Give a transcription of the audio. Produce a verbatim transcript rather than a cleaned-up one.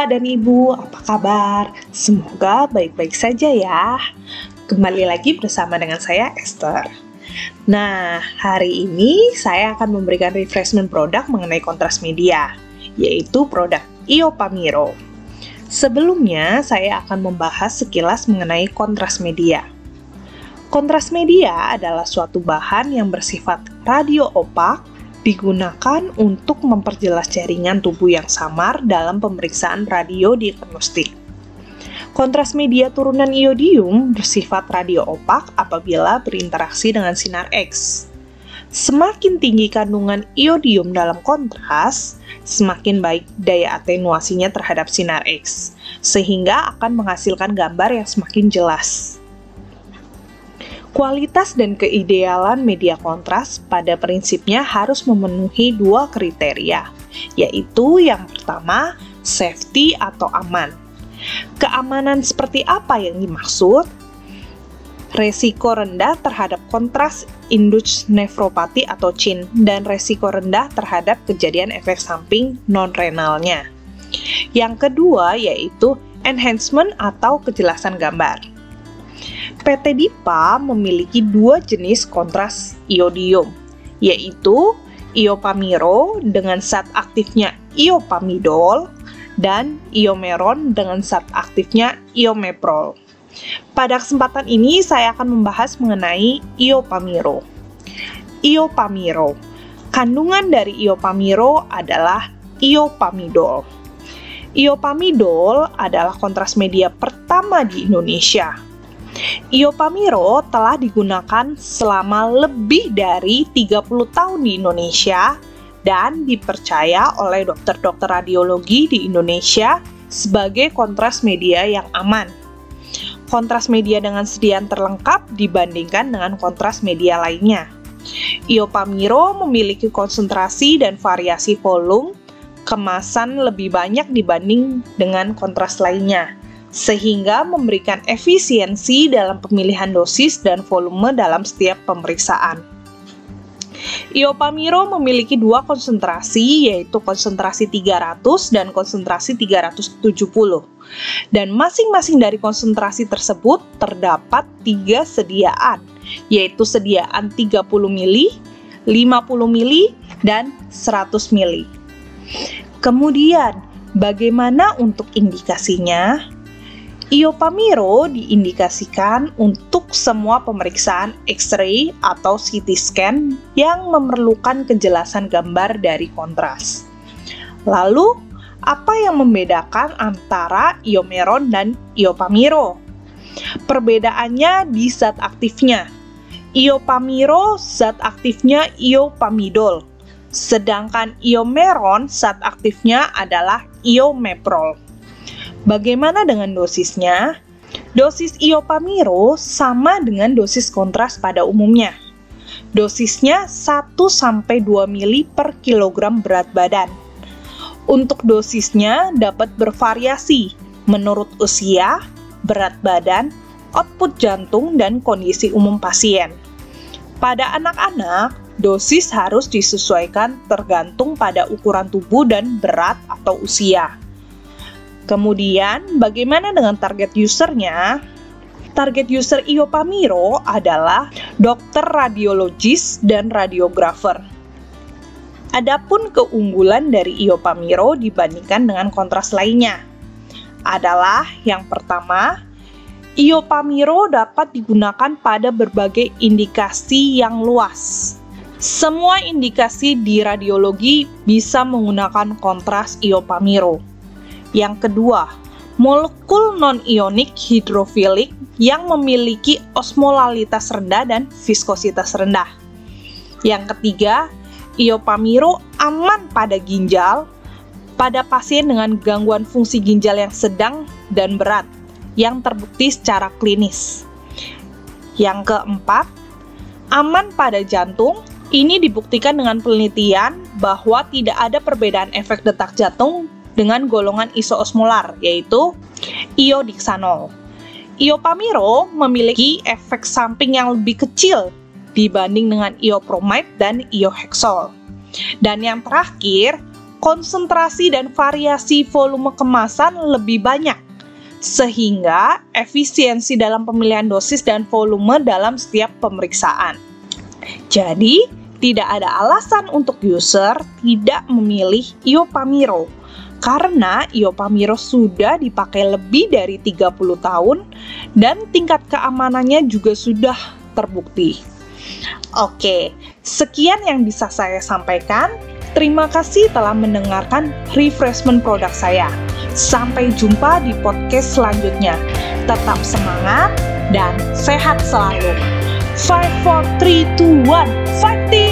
Bapak dan Ibu, apa kabar? Semoga baik-baik saja ya. Kembali lagi bersama dengan saya, Esther. Nah, hari ini saya akan memberikan refreshment produk mengenai kontras media, yaitu produk Iopamiro. Sebelumnya, saya akan membahas sekilas mengenai kontras media. Kontras media adalah suatu bahan yang bersifat radio opak, digunakan untuk memperjelas jaringan tubuh yang samar dalam pemeriksaan radiodiagnostik. Kontras media turunan iodium bersifat radio opak apabila berinteraksi dengan sinar X. Semakin tinggi kandungan iodium dalam kontras, semakin baik daya atenuasinya terhadap sinar X, sehingga akan menghasilkan gambar yang semakin jelas. Kualitas dan keidealan media kontras pada prinsipnya harus memenuhi dua kriteria, yaitu yang pertama, safety atau aman. Keamanan seperti apa yang dimaksud? Resiko rendah terhadap kontras induced nefropati atau C I N dan resiko rendah terhadap kejadian efek samping non-renalnya. Yang kedua yaitu enhancement atau kejelasan gambar. P T Dipa memiliki dua jenis kontras iodium, yaitu Iopamiro dengan zat aktifnya iopamidol dan Iomeron dengan zat aktifnya iomeprol. Pada kesempatan ini saya akan membahas mengenai Iopamiro. Iopamiro, kandungan dari Iopamiro adalah iopamidol. Iopamidol adalah kontras media pertama di Indonesia. Iopamiro telah digunakan selama lebih dari tiga puluh tahun di Indonesia dan dipercaya oleh dokter-dokter radiologi di Indonesia sebagai kontras media yang aman. Kontras media dengan sediaan terlengkap dibandingkan dengan kontras media lainnya. Iopamiro memiliki konsentrasi dan variasi volume kemasan lebih banyak dibanding dengan kontras lainnya, sehingga memberikan efisiensi dalam pemilihan dosis dan volume dalam setiap pemeriksaan. Iopamiro memiliki dua konsentrasi, yaitu konsentrasi tiga ratus dan konsentrasi tiga ratus tujuh puluh. Dan masing-masing dari konsentrasi tersebut terdapat tiga sediaan, yaitu sediaan tiga puluh mililiter, lima puluh mililiter, dan seratus mililiter. Kemudian, bagaimana untuk indikasinya? Iopamiro diindikasikan untuk semua pemeriksaan X-ray atau C T scan yang memerlukan kejelasan gambar dari kontras. Lalu, apa yang membedakan antara Iomeron dan Iopamiro? Perbedaannya di zat aktifnya. Iopamiro zat aktifnya iopamidol, sedangkan Iomeron zat aktifnya adalah iomeprol. Bagaimana dengan dosisnya? Dosis Iopamiro sama dengan dosis kontras pada umumnya. Dosisnya satu sampai dua mililiter per kilogram berat badan. Untuk dosisnya dapat bervariasi menurut usia, berat badan, output jantung, dan kondisi umum pasien. Pada anak-anak, dosis harus disesuaikan tergantung pada ukuran tubuh dan berat atau usia. Kemudian, bagaimana dengan target usernya? Target user Iopamiro adalah dokter radiologis dan radiografer. Adapun keunggulan dari Iopamiro dibandingkan dengan kontras lainnya adalah yang pertama, Iopamiro dapat digunakan pada berbagai indikasi yang luas. Semua indikasi di radiologi bisa menggunakan kontras Iopamiro. Yang kedua, molekul non-ionik hidrofilik yang memiliki osmolalitas rendah dan viskositas rendah. Yang ketiga, Iopamiro aman pada ginjal pada pasien dengan gangguan fungsi ginjal yang sedang dan berat yang terbukti secara klinis. Yang keempat, aman pada jantung. Ini dibuktikan dengan penelitian bahwa tidak ada perbedaan efek detak jantung dengan golongan isoosmolar, yaitu iodiksanol. Iopamiro memiliki efek samping yang lebih kecil dibanding dengan iopromide dan iohexol. Dan yang terakhir, konsentrasi dan variasi volume kemasan lebih banyak, sehingga efisiensi dalam pemilihan dosis dan volume dalam setiap pemeriksaan. Jadi, tidak ada alasan untuk user tidak memilih Iopamiro, karena Iopamiro sudah dipakai lebih dari tiga puluh tahun dan tingkat keamanannya juga sudah terbukti. Oke, sekian yang bisa saya sampaikan. Terima kasih telah mendengarkan refreshment produk saya. Sampai jumpa di podcast selanjutnya. Tetap semangat dan sehat selalu. five, four, three, two, one, fighting!